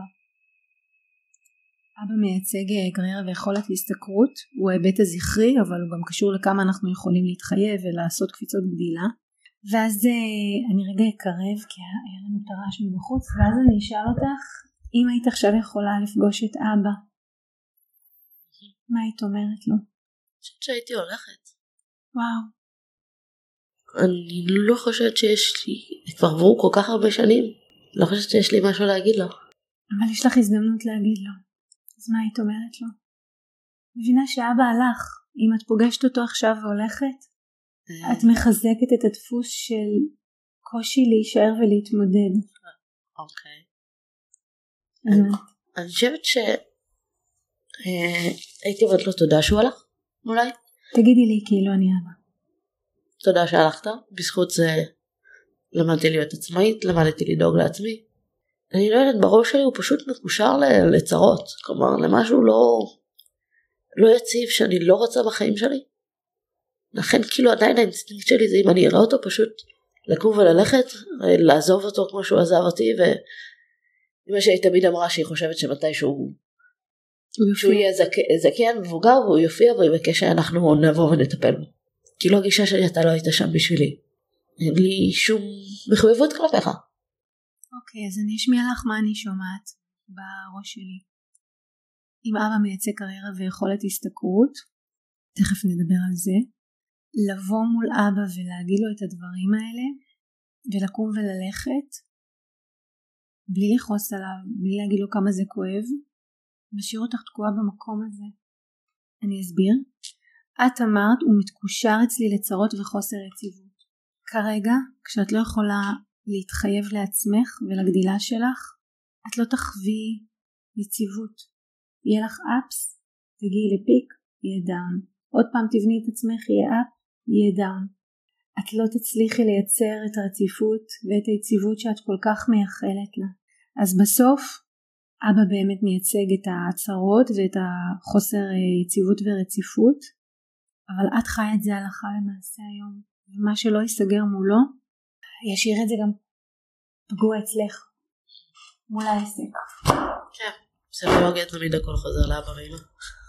[SPEAKER 3] אבא מייצג קריירה ויכולת להסתכרות, הוא ההיבט הזכרי, אבל הוא גם קשור לכמה אנחנו יכולים להתחייב ולעשות קפיצות גדילה. ואז אני רגע אקרב, כי היה לנו את הרעש מבחוץ, ואז אני אשאל אותך, אם היית עכשיו יכולה לפגוש את אבא, מה היית אומרת לו?
[SPEAKER 4] אני חושבת שהייתי הולכת.
[SPEAKER 3] וואו.
[SPEAKER 4] אני לא חושבת שיש לי, כבר עברו כל כך הרבה שנים, לא חושבת שיש לי משהו להגיד לו.
[SPEAKER 3] אבל יש לך הזדמנות להגיד לו. אז מה היית אומרת לו? מבינה שאבא הלך, אם את פוגשת אותו עכשיו והולכת, את מחזקת את הדפוס של קושי להישאר ולהתמודד.
[SPEAKER 4] אוקיי. אני חושבת שהייתי אומרת לו תודה שהוא הלך, אולי.
[SPEAKER 3] תגידי לי כאילו אני אבא.
[SPEAKER 4] תודה שהלכת, בזכות זה למדתי להיות עצמאית, למדתי לדאוג לעצמי. אני לא יודעת, בראש שלי הוא פשוט מקושר לצרות, כלומר למשהו לא יציב שאני לא רוצה בחיים שלי. לכן כאילו עדיין האינסטינקט שלי זה אם אני אראה אותו פשוט לקום וללכת, לעזוב אותו כמו שהוא עזב אותי, ומה שהיא תמיד אמרה שהיא חושבת שמתישהו שהוא יהיה זקן מבוגר והוא יופיע והוא יבקש שאנחנו נבוא ונטפל בו. כאילו הגישה שלי אתה לא היית שם בשבילי, אין לי שום מחויבות כלפיך.
[SPEAKER 3] אוקיי, אז אני אשמיע לך מה אני שומעת בראש שלי. אם אבא מייצג קריירה ויכולת הסתכרות, תכף נדבר על זה, לבוא מול אבא ולהגיד לו את הדברים האלה, ולקום וללכת, בלי לכעוס עליו, בלי להגיד לו כמה זה כואב, משאיר אותך תקועה במקום הזה. אני אסביר. את אמרת, הוא מתקושר אצלי לצרות וחוסר יציבות. כרגע, כשאת לא יכולה להתחייב לעצמך ולגדילה שלך, את לא תחווי יציבות. יהיה לך אפס, תגיעי לפיק, יהיה דאון. עוד פעם תבני את עצמך, יהיה אפ, יהיה דאון. את לא תצליחי לייצר את הרציפות ואת היציבות שאת כל כך מייחלת לה. אז בסוף, אבא באמת מייצג את הצרות ואת החוסר יציבות ורציפות, אבל את חיה את זה הלכה למעשה היום. ומה שלא ייסגר מולו, ישאיר את זה גם פגוע אצלך, מול העסק.
[SPEAKER 4] כן, פסיכולוגיה תמיד הכל חוזר לאבא ואמא.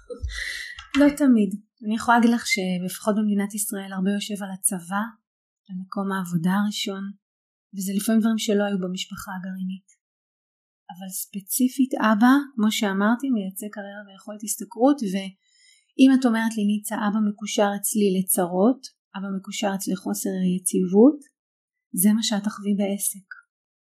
[SPEAKER 3] לא תמיד. אני יכולה להגיד לך שבפחות במדינת ישראל הרבה יושב על הצבא, על מקום העבודה הראשון, וזה לפעמים דברים שלא היו במשפחה הגרעינית. אבל ספציפית אבא, כמו שאמרתי, מייצג קריירה ויכולת הסתכרות, ואם את אומרת לי ניצה, אבא מקושר אצלי לצרות, אבא מקושר אצלי חוסר יציבות, זה מה שאת תחווי בעסק.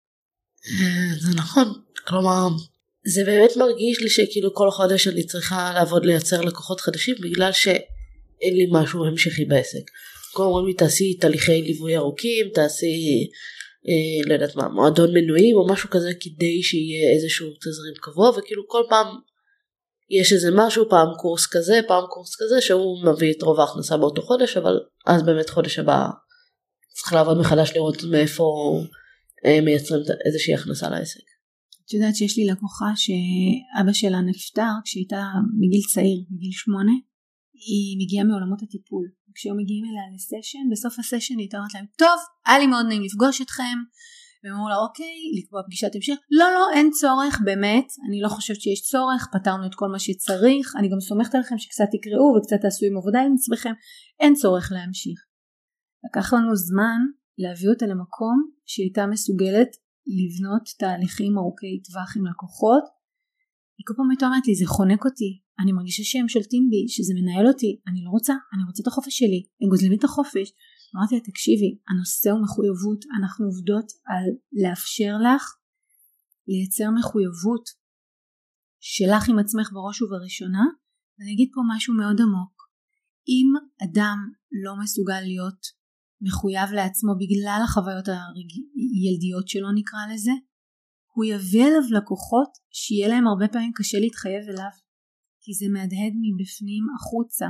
[SPEAKER 4] זה נכון, כלומר זה באמת מרגיש לי שכאילו כל חודש אני צריכה לעבוד לייצר לקוחות חדשים בגלל שאין לי משהו המשכי בעסק. כמו אומרים לי תעשי תהליכי ליווי ארוכים, תעשי לא יודעת מה, מועדון מנויים או משהו כזה כדי שיהיה איזשהו תזרים קבוע, וכאילו כל פעם יש איזה משהו, פעם קורס כזה, פעם קורס כזה שהוא מביא את רוב ההכנסה באותו חודש, אבל אז באמת חודש הבא צריך לעבוד מחדש לראות מאיפה מייצרים איזושהי הכנסה לעסק.
[SPEAKER 3] את יודעת שיש לי לקוחה שאבא שלה נפטר כשהייתה מגיל צעיר, מגיל 8, היא מגיעה מעולמות הטיפול. כשהם מגיעים אליה לסשן, בסוף הסשן היא הייתה אומרת להם, טוב, היה לי מאוד נעים לפגוש אתכם, והם אמרו לה, אוקיי, לקבוע פגישת המשך, לא, אין צורך, באמת, אני לא חושבת שיש צורך, פתרנו את כל מה שצריך, אני גם סומכת עליכם שקצת תקראו וקצת תעשו עם עבודה עם עצמכם, אין צורך להמשיך. לקח לנו זמן להביא אותה למקום שהיא הייתה מסוגלת לבנות תהליכים ארוכי טווח עם לקוחות. היא כל פעם הייתה אומרת לי, זה חונק אותי, אני מרגישה שהם שולטים בי, שזה מנהל אותי, אני לא רוצה, אני רוצה את החופש שלי, הם גוזלים לי את החופש. אמרתי לה, תקשיבי, הנושא הוא מחויבות, אנחנו עובדות על לאפשר לך לייצר מחויבות שלך עם עצמך בראש ובראשונה. ואני אגיד פה משהו מאוד עמוק, אם אדם לא מסוגל להיות מחויב לעצמו בגלל החוויות הילדיות שלו נקרא לזה, הוא יביא אליו לקוחות שיהיה להם הרבה פעמים קשה להתחייב אליו, כי זה מהדהד מבפנים החוצה.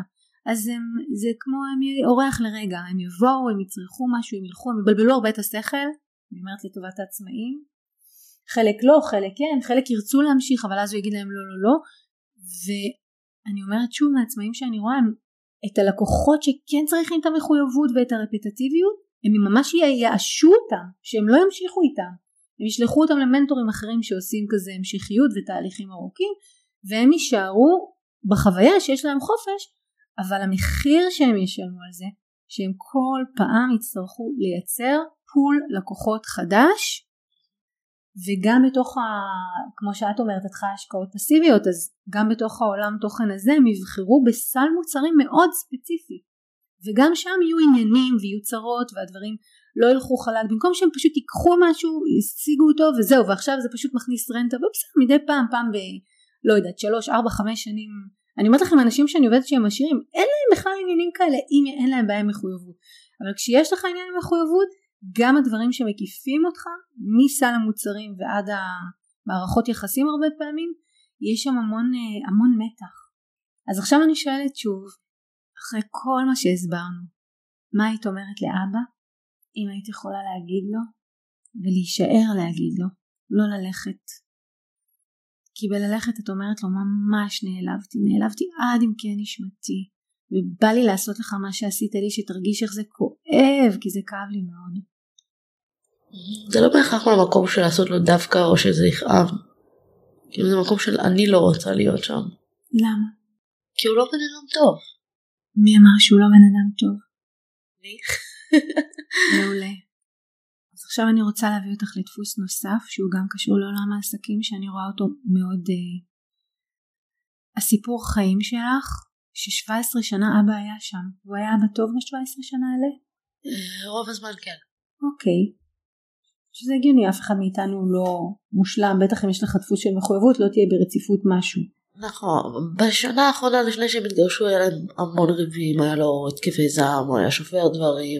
[SPEAKER 3] אז זה כמו הם אורח לרגע, הם יבואו, הם יצרכו משהו, הם ילכו, הם יבלבלו הרבה את השכל, אני אומרת לטובת העצמאים, חלק לא, חלק כן, חלק ירצו להמשיך, אבל אז הוא יגיד להם לא, לא, לא, ואני אומרת שוב מהעצמאים שאני רואה, את הלקוחות שכן צריכים את המחויבות ואת הרפטטיביות, הם ממש ייאשו אותם, שהם לא ימשיכו איתם, הם ישלחו אותם למנטורים אחרים שעושים כזה המשכיות ותהליכים ארוכים, והם יישארו בחוויה שיש להם חופש, אבל המחיר שהם ישלמו על זה, שהם כל פעם יצטרכו לייצר פול לקוחות חדש, וגם בתוך, כמו שאת אומרת, התך השקעות פסיביות, אז גם בתוך העולם תוכן הזה, הם יבחרו בסל מוצרים מאוד ספציפי, וגם שם יהיו עניינים ויהיו צרות, והדברים לא ילכו חלק, במקום שהם פשוט ייקחו משהו, ישיגו אותו וזהו, ועכשיו זה פשוט מכניס רנטה, ובסדר, מדי פעם לא יודעת, 3, 4, 5 שנים, אני אומרת לכם, אנשים שאני עובדת שהם עשירים, אין להם בכלל עניינים כאלה, אם אין להם בעיה מחויבות, אבל כשיש לך עניין מחויבות, גם הדברים שמקיפים אותך, מסל המוצרים ועד המערכות יחסים הרבה פעמים, יש שם המון מתח. אז עכשיו אני שואלת שוב, אחרי כל מה שהסברנו, מה היית אומרת לאבא, אם היית יכולה להגיד לו, ולהישאר להגיד לו, לא ללכת. כי בללכת את אומרת לו, ממש נעלבתי עד עמקי נשמתי, ובא לי לעשות לך מה שעשית לי, שתרגיש איך זה כואב, כי זה כאב לי מאוד.
[SPEAKER 4] זה לא בהכרח מהמקום של לעשות לו דווקא, או שזה יכאב. כאילו זה מקום של אני לא רוצה להיות שם.
[SPEAKER 3] למה?
[SPEAKER 4] כי הוא לא בן אדם טוב.
[SPEAKER 3] מי אמר שהוא לא בן אדם טוב?
[SPEAKER 4] מי?
[SPEAKER 3] מעולה. אז עכשיו אני רוצה להביא אותך לדפוס נוסף, שהוא גם קשור לעולם העסקים, שאני רואה אותו מאוד, הסיפור חיים שלך, ש17 שנה אבא היה שם, הוא היה אבא טוב ב17 שנה האלה?
[SPEAKER 4] רוב הזמן כן.
[SPEAKER 3] אוקיי. שזה הגיוני, אף אחד מאיתנו לא מושלם, בטח אם יש לך דפוס של מחויבות, לא תהיה ברציפות משהו.
[SPEAKER 4] נכון, בשנה האחרונה לפני שהם התגרשו היה להם המון ריבים, היה לו התקפי זעם, הוא היה שופר דברים,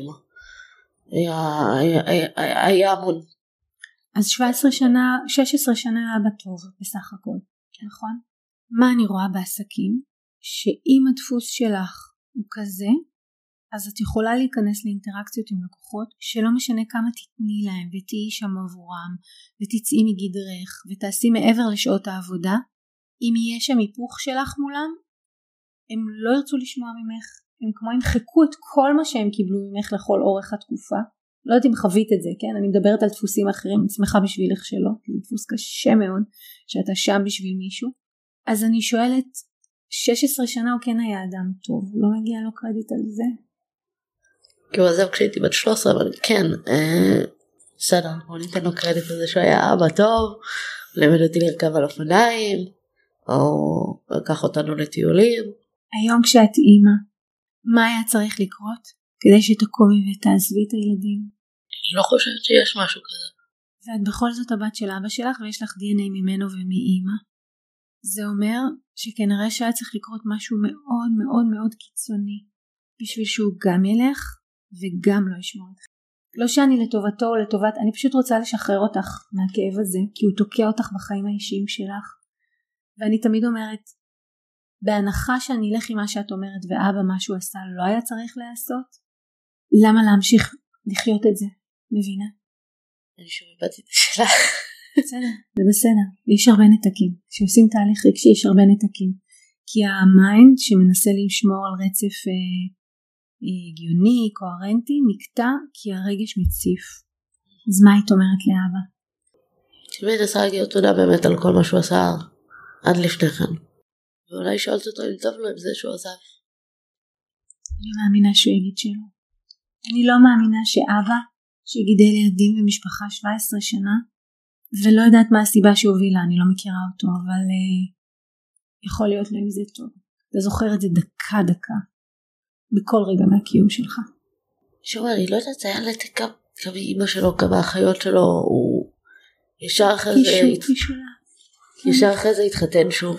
[SPEAKER 4] היה המון.
[SPEAKER 3] אז 16 שנה היה אבא טוב בסך הכל, נכון? מה אני רואה בעסקים? שאם הדפוס שלך הוא כזה, אז את יכולה להיכנס לאינטראקציות עם לקוחות, שלא משנה כמה תתני להם ותהיי שם עבורם, ותצאי מגדרך ותעשי מעבר לשעות העבודה, אם יהיה שם היפוך שלך מולם, הם לא ירצו לשמוע ממך, הם כמו ימחקו את כל מה שהם קיבלו ממך לכל אורך התקופה. לא יודעת אם חווית את זה, כן? אני מדברת על דפוסים אחרים, אני שמחה בשבילך שלא, כי זה דפוס קשה מאוד שאתה שם בשביל מישהו. אז אני שואלת, 16 שנה הוא כן היה אדם טוב, לא מגיע לו קרדיט על זה?
[SPEAKER 4] כי הוא עזב כשהייתי בת 13, אבל כן, בסדר, בוא ניתן לו קרדיט על זה שהוא היה אבא טוב, למד אותי לרכב על אופניים, או לקח אותנו לטיולים.
[SPEAKER 3] היום כשאת אימא, מה היה צריך לקרות כדי שתקומי ותעזבי את הילדים?
[SPEAKER 4] אני לא חושבת שיש משהו כזה.
[SPEAKER 3] ואת בכל זאת הבת של אבא שלך ויש לך DNA ממנו ומאימא. זה אומר שכנראה שהיה צריך לקרות משהו מאוד מאוד מאוד קיצוני, בשביל שהוא גם ילך וגם לא ישמור אתכם. לא שאני לטובתו או לטובת, אני פשוט רוצה לשחרר אותך מהכאב הזה, כי הוא תוקע אותך בחיים האישיים שלך. ואני תמיד אומרת, בהנחה שאני אלך עם מה שאת אומרת ואבא מה שהוא עשה לא היה צריך לעשות, למה להמשיך לחיות את זה? מבינה?
[SPEAKER 4] אני שוב איבדתי את השאלה.
[SPEAKER 3] בסדר, זה בסדר. יש הרבה נתקים. כשעושים תהליך רגשי יש הרבה נתקים. כי המיינד שמנסה לשמור על רצף הגיוני, קוהרנטי, נקטע כי הרגש מציף. אז מה היית אומרת לאבא?
[SPEAKER 4] תמיד עשה להגיד תודה באמת על כל מה שהוא עשה עד לפני כן. ואולי שאלת אותו אם טוב לו עם זה שהוא עזב.
[SPEAKER 3] אני מאמינה שהוא יגיד שלא. אני לא מאמינה שאבא שגידל ילדים ומשפחה 17 שנה, ולא יודעת מה הסיבה שהובילה, אני לא מכירה אותו, אבל יכול להיות לו עם זה טוב. אתה זוכר את זה דקה, בכל רגע מהקיום שלך.
[SPEAKER 4] שומר, אני לא יודעת, זה היה לתת גם אמא שלו, גם האחיות שלו, הוא ישר אחרי זה התחתן שוב,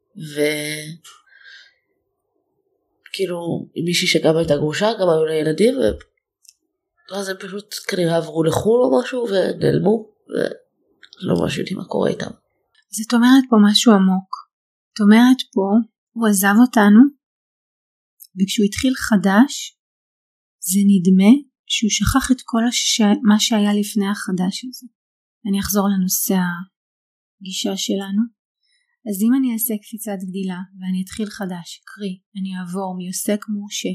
[SPEAKER 4] וכאילו עם מישהי שגם הייתה גרושה, גם היו לה ילדים, ואז הם פשוט כנראה עברו לחול או משהו, ונעלמו, ולא ממש יודעים מה קורה איתם.
[SPEAKER 3] זאת אומרת פה משהו עמוק. זאת אומרת פה, הוא עזב אותנו, וכשהוא התחיל חדש, זה נדמה שהוא שכח את כל מה שהיה לפני החדש הזה. אני אחזור לנושא הגישה שלנו. אז אם אני אעשה קפיצת גדילה ואני אתחיל חדש, קרי, אני אעבור מעוסק מורשה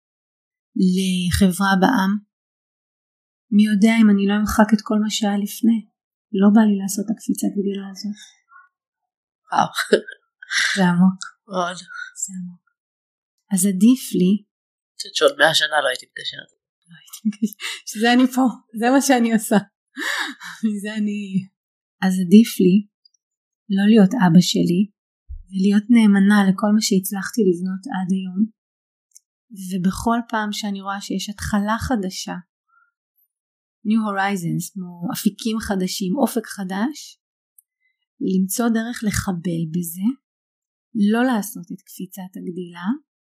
[SPEAKER 3] לחברה בעם, מי יודע אם אני לא אמחק את כל מה שהיה לפני. לא בא לי לעשות את הקפיצת גדילה הזו.
[SPEAKER 4] וואו.
[SPEAKER 3] זה עמוק.
[SPEAKER 4] מאוד.
[SPEAKER 3] זה עמוק. אז עדיף לי.
[SPEAKER 4] שעוד 100 שנה לא הייתי מתקשרת.
[SPEAKER 3] שזה אני פה. זה מה שאני עושה. אז עדיף לי לא להיות אבא שלי, ולהיות נאמנה לכל מה שהצלחתי לבנות עד היום. ובכל פעם שאני רואה שיש התחלה חדשה, New Horizons, כמו אפיקים חדשים, אופק חדש, למצוא דרך לחבל בזה, לא לעשות את קפיצת הגדילה,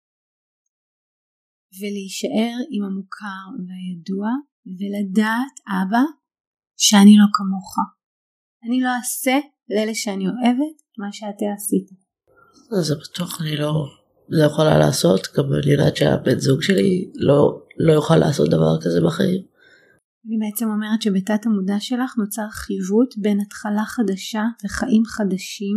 [SPEAKER 3] ולהישאר עם המוכר והידוע, ולדעת, אבא, שאני לא כמוך. אני לא אעשה לאלה שאני אוהבת מה שאתה עשית.
[SPEAKER 4] זה בטוח אני לא יכולה לעשות, גם אני יודעת שהבן זוג שלי לא יוכל לעשות דבר כזה בחיים.
[SPEAKER 3] אני בעצם אומרת שבתת המודע שלך נוצר חיווט בין התחלה חדשה וחיים חדשים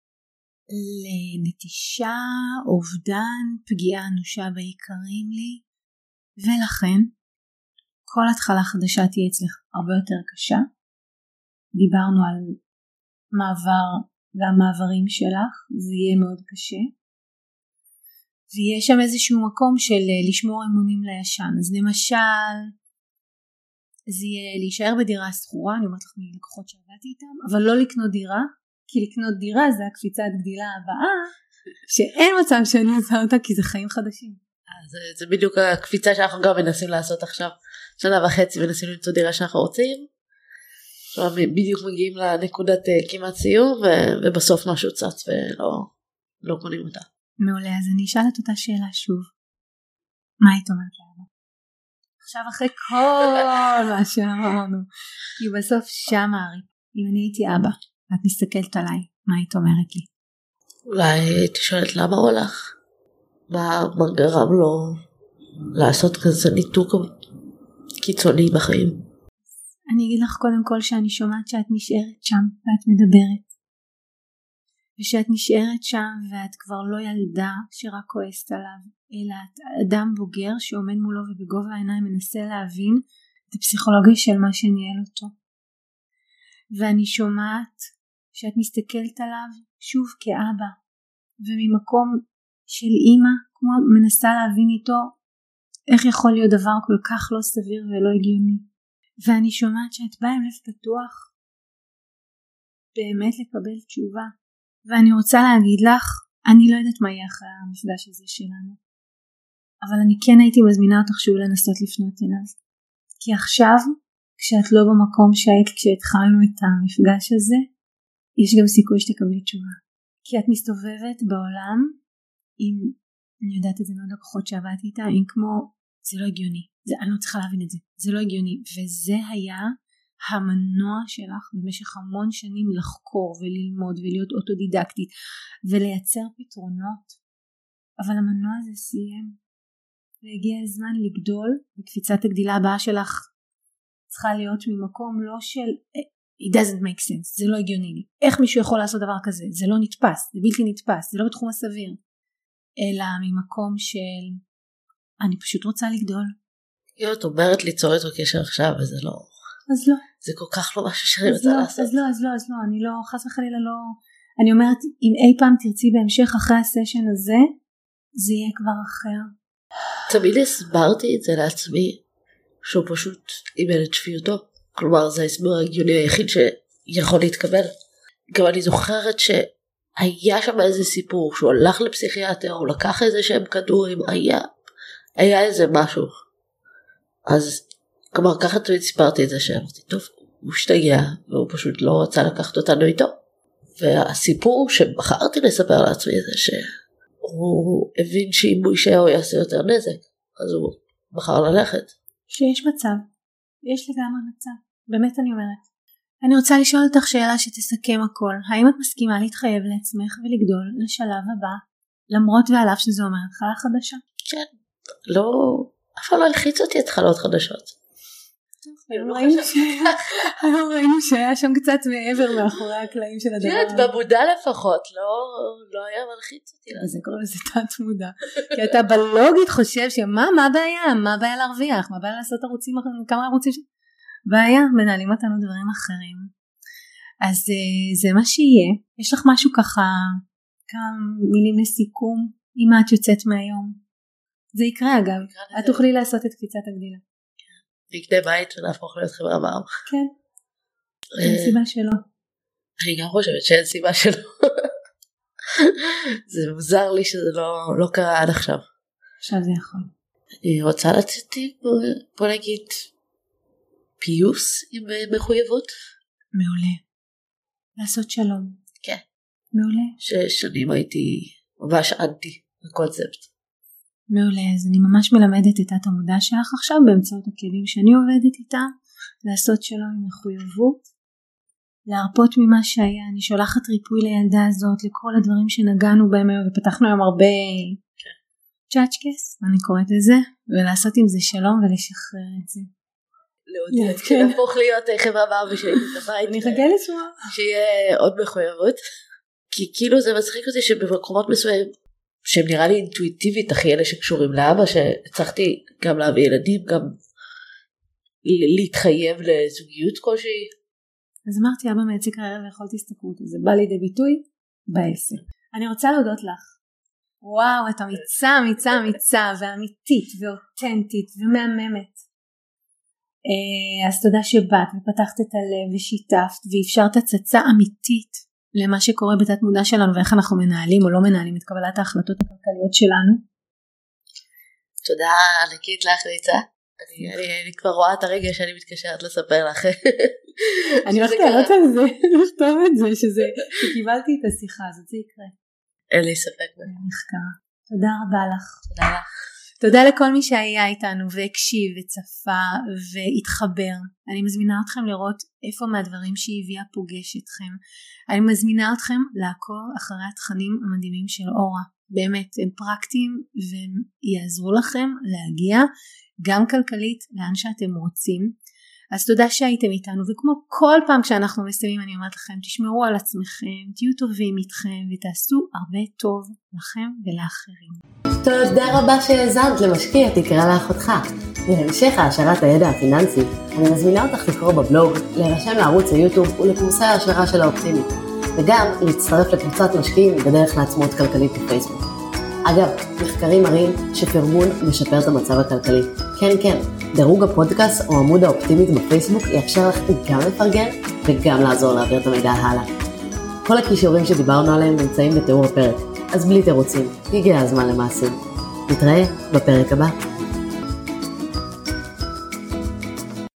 [SPEAKER 3] לנטישה, אובדן, פגיעה אנושה בעיקרים לי, ולכן כל התחלה חדשה תהיה אצלך הרבה יותר קשה. דיברנו על מעבר והמעברים שלך, זה יהיה מאוד קשה. ויש שם איזשהו מקום של לשמור אמונים לישן. אז למשל, זה יהיה להישאר בדירה סחורה, אני אומרת לך מלקוחות שעבדתי איתם, אבל לא לקנות דירה, כי לקנות דירה זה הקפיצת גדילה הבאה, שאין מצב שאני עושה אותה כי זה חיים חדשים.
[SPEAKER 4] זה בדיוק הקפיצה שאנחנו גם מנסים לעשות עכשיו, 1.5 שנה מנסים למצוא דירה שאנחנו רוצים, בדיוק מגיעים לנקודת כמעט סיום, ובסוף משהו צץ ולא קונים אותה.
[SPEAKER 3] מעולה, אז אני אשאל את אותה שאלה שוב. מה היית אומרת לאבא? עכשיו אחרי כל מה שאמרנו, כי בסוף שם ארי, אם אני הייתי אבא, ואת מסתכלת עליי, מה היית אומרת לי?
[SPEAKER 4] אולי הייתי שואלת למה הוא הלך? מה גרם לו לעשות כזה ניתוק קיצוני בחיים?
[SPEAKER 3] אני אגיד לך קודם כל שאני שומעת שאת נשארת שם ואת מדברת. ושאת נשארת שם ואת כבר לא ילדה שרק כועסת עליו, אלא את אדם בוגר שעומד מולו ובגובה העיניים מנסה להבין את הפסיכולוגיה של מה שניהל אותו. ואני שומעת שאת מסתכלת עליו שוב כאבא, וממקום של אימא כמו מנסה להבין איתו איך יכול להיות דבר כל כך לא סביר ולא הגיוני. ואני שומעת שאת באה עם לב פתוח באמת לקבל תשובה. ואני רוצה להגיד לך, אני לא יודעת מה יהיה אחרי המפגש הזה שלנו, אבל אני כן הייתי מזמינה אותך שוב לנסות לפנות אליו, כי עכשיו כשאת לא במקום שהיית כשהתחלנו את המפגש הזה, יש גם סיכוי שתקבלי תשובה, כי את מסתובבת בעולם עם, אני יודעת את זה מאוד לקוחות שעבדתי איתה, עם כמו זה לא הגיוני, אני לא צריכה להבין את זה, זה לא הגיוני, וזה היה המנוע שלך במשך המון שנים לחקור וללמוד ולהיות אוטודידקטית ולייצר פתרונות. אבל המנוע הזה סיים והגיע הזמן לגדול, וקפיצת הגדילה הבאה שלך צריכה להיות ממקום לא של it doesn't make sense, זה לא הגיוני לי, איך מישהו יכול לעשות דבר כזה, זה לא נתפס, זה בלתי נתפס, זה לא בתחום הסביר, אלא ממקום של אני פשוט רוצה לגדול. אם את אומרת ליצור איתו קשר עכשיו וזה לא, אז לא.
[SPEAKER 4] זה כל כך לא משהו שאני רוצה לעשות.
[SPEAKER 3] אז לא, אני לא, חס וחלילה לא, אני אומרת, אם אי פעם תרצי בהמשך אחרי הסשן הזה, זה יהיה כבר אחר.
[SPEAKER 4] תמיד הסברתי את זה לעצמי, שהוא פשוט איבד את שפיותו. כלומר, זה ההסבר הגיוני היחיד שיכול להתקבל. גם אני זוכרת שהיה שם איזה סיפור, שהוא הלך לפסיכיאטר, הוא לקח איזה שהם כדורים, היה איזה משהו. אז כלומר, ככה תמיד סיפרתי את זה שאמרתי, טוב, הוא השתגע, והוא פשוט לא רצה לקחת אותנו איתו. והסיפור שבחרתי לספר לעצמי זה שהוא הבין שאם הוא יישאר הוא יעשה יותר נזק, אז הוא בחר ללכת.
[SPEAKER 3] שיש מצב, יש לגמרי מצב, באמת אני אומרת. אני רוצה לשאול אותך שאלה שתסכם הכל, האם את מסכימה להתחייב לעצמך ולגדול לשלב הבא, למרות ועל אף שזה אומר התחלה חדשה?
[SPEAKER 4] כן, לא, אף פעם לא הלחיץ אותי התחלות חדשות.
[SPEAKER 3] היום ראינו שהיה שם קצת מעבר מאחורי הקלעים של הדבר.
[SPEAKER 4] כן, במודע לפחות, לא היה מלחיץ אותי.
[SPEAKER 3] זה קורא לזה תת מודע. כי אתה בלוגית חושב מה הבעיה? מה הבעיה להרוויח? מה הבעיה לעשות ערוצים, כמה ערוצים? בעיה, מנהלים אותנו דברים אחרים. אז זה מה שיהיה. יש לך משהו ככה, כמה מילים לסיכום, אם את יוצאת מהיום. זה יקרה אגב, את תוכלי לעשות את קפיצת הגדילה.
[SPEAKER 4] נקנה בית ונהפוך להיות חברה בעם.
[SPEAKER 3] כן. אין סיבה שלא.
[SPEAKER 4] אני גם חושבת שאין סיבה שלא. זה מוזר לי שזה לא קרה עד עכשיו.
[SPEAKER 3] עכשיו זה יכול.
[SPEAKER 4] אני רוצה לתת, בוא נגיד, פיוס עם מחויבות.
[SPEAKER 3] מעולה. לעשות שלום.
[SPEAKER 4] כן.
[SPEAKER 3] מעולה.
[SPEAKER 4] ששנים הייתי ממש אנטי הקונספט.
[SPEAKER 3] מעולה, אז אני ממש מלמדת את תת המודע שלך עכשיו באמצעות הכלים שאני עובדת איתה, לעשות שלום עם מחויבות, להרפות ממה שהיה. אני שולחת ריפוי לילדה הזאת, לכל הדברים שנגענו בהם היום, ופתחנו היום הרבה צ'אצ'קס, אני קוראת לזה, ולעשות עם זה שלום ולשחרר את זה.
[SPEAKER 4] להודות, שנהפוך להיות חברה בעם ושהייתי את הבית.
[SPEAKER 3] אני חכה לשמוע.
[SPEAKER 4] שיהיה עוד מחויבות, כי כאילו זה מצחיק אותי שבמקומות מסוים, שהם נראה לי אינטואיטיבית הכי אלה שקשורים לאבא, שהצלחתי גם להביא ילדים, גם להתחייב לזוגיות כלשהי.
[SPEAKER 3] אז אמרתי, אבא מייצג קריירה ויכולתי הסתכלות, זה בא לידי ביטוי בעסק. אני רוצה להודות לך. וואו, את אמיצה ואמיתית ואותנטית ומהממת. אז תודה שבאת ופתחת את הלב ושיתפת ואפשרת הצצה אמיתית למה שקורה בתת מודע שלנו ואיך אנחנו מנהלים או לא מנהלים את קבלת ההחלטות הכלכליות שלנו.
[SPEAKER 4] תודה ענקית לך ריצה. אני כבר רואה את הרגע שאני מתקשרת לספר לך.
[SPEAKER 3] אני הולכת לעלות על זה, לכתוב את זה, שקיבלתי את השיחה הזאת, זה יקרה.
[SPEAKER 4] אין לי ספק.
[SPEAKER 3] נחקר. תודה רבה לך.
[SPEAKER 4] תודה לך.
[SPEAKER 3] תודה לכל מי שהיה איתנו והקשיב וצפה והתחבר. אני מזמינה אתכם לראות איפה מהדברים שהיא הביאה פוגש אתכם. אני מזמינה אתכם לעקוב אחרי התכנים המדהימים של אורה. באמת, הם פרקטיים והם יעזרו לכם להגיע גם כלכלית לאן שאתם רוצים. אז תודה שהייתם איתנו, וכמו כל פעם כשאנחנו מסיימים אני אומרת לכם, תשמרו על עצמכם, תהיו טובים איתכם ותעשו הרבה טוב לכם ולאחרים.
[SPEAKER 1] תודה רבה שהאזנת למשקיע תקרא לאחותך. להמשך העשרת הידע הפיננסי, אני מזמינה אותך לקרוא בבלוג, להירשם לערוץ היוטיוב ולקורסי ההשערה של האופטימית, וגם להצטרף לקבוצת משקיעים בדרך לעצמאות כלכלית בפייסבוק. אגב, מחקרים מראים שפרגון משפר את המצב הכלכלי. כן, דירוג הפודקאסט או עמוד האופטימית בפייסבוק יאפשר לך גם לפרגן וגם לעזור להעביר את המידע הלאה. כל הכישורים שדיברנו עליהם נמצאים בתיאור הפרק, אז בלי תירוצים, הגיע הזמן למעשים. נתראה בפרק הבא.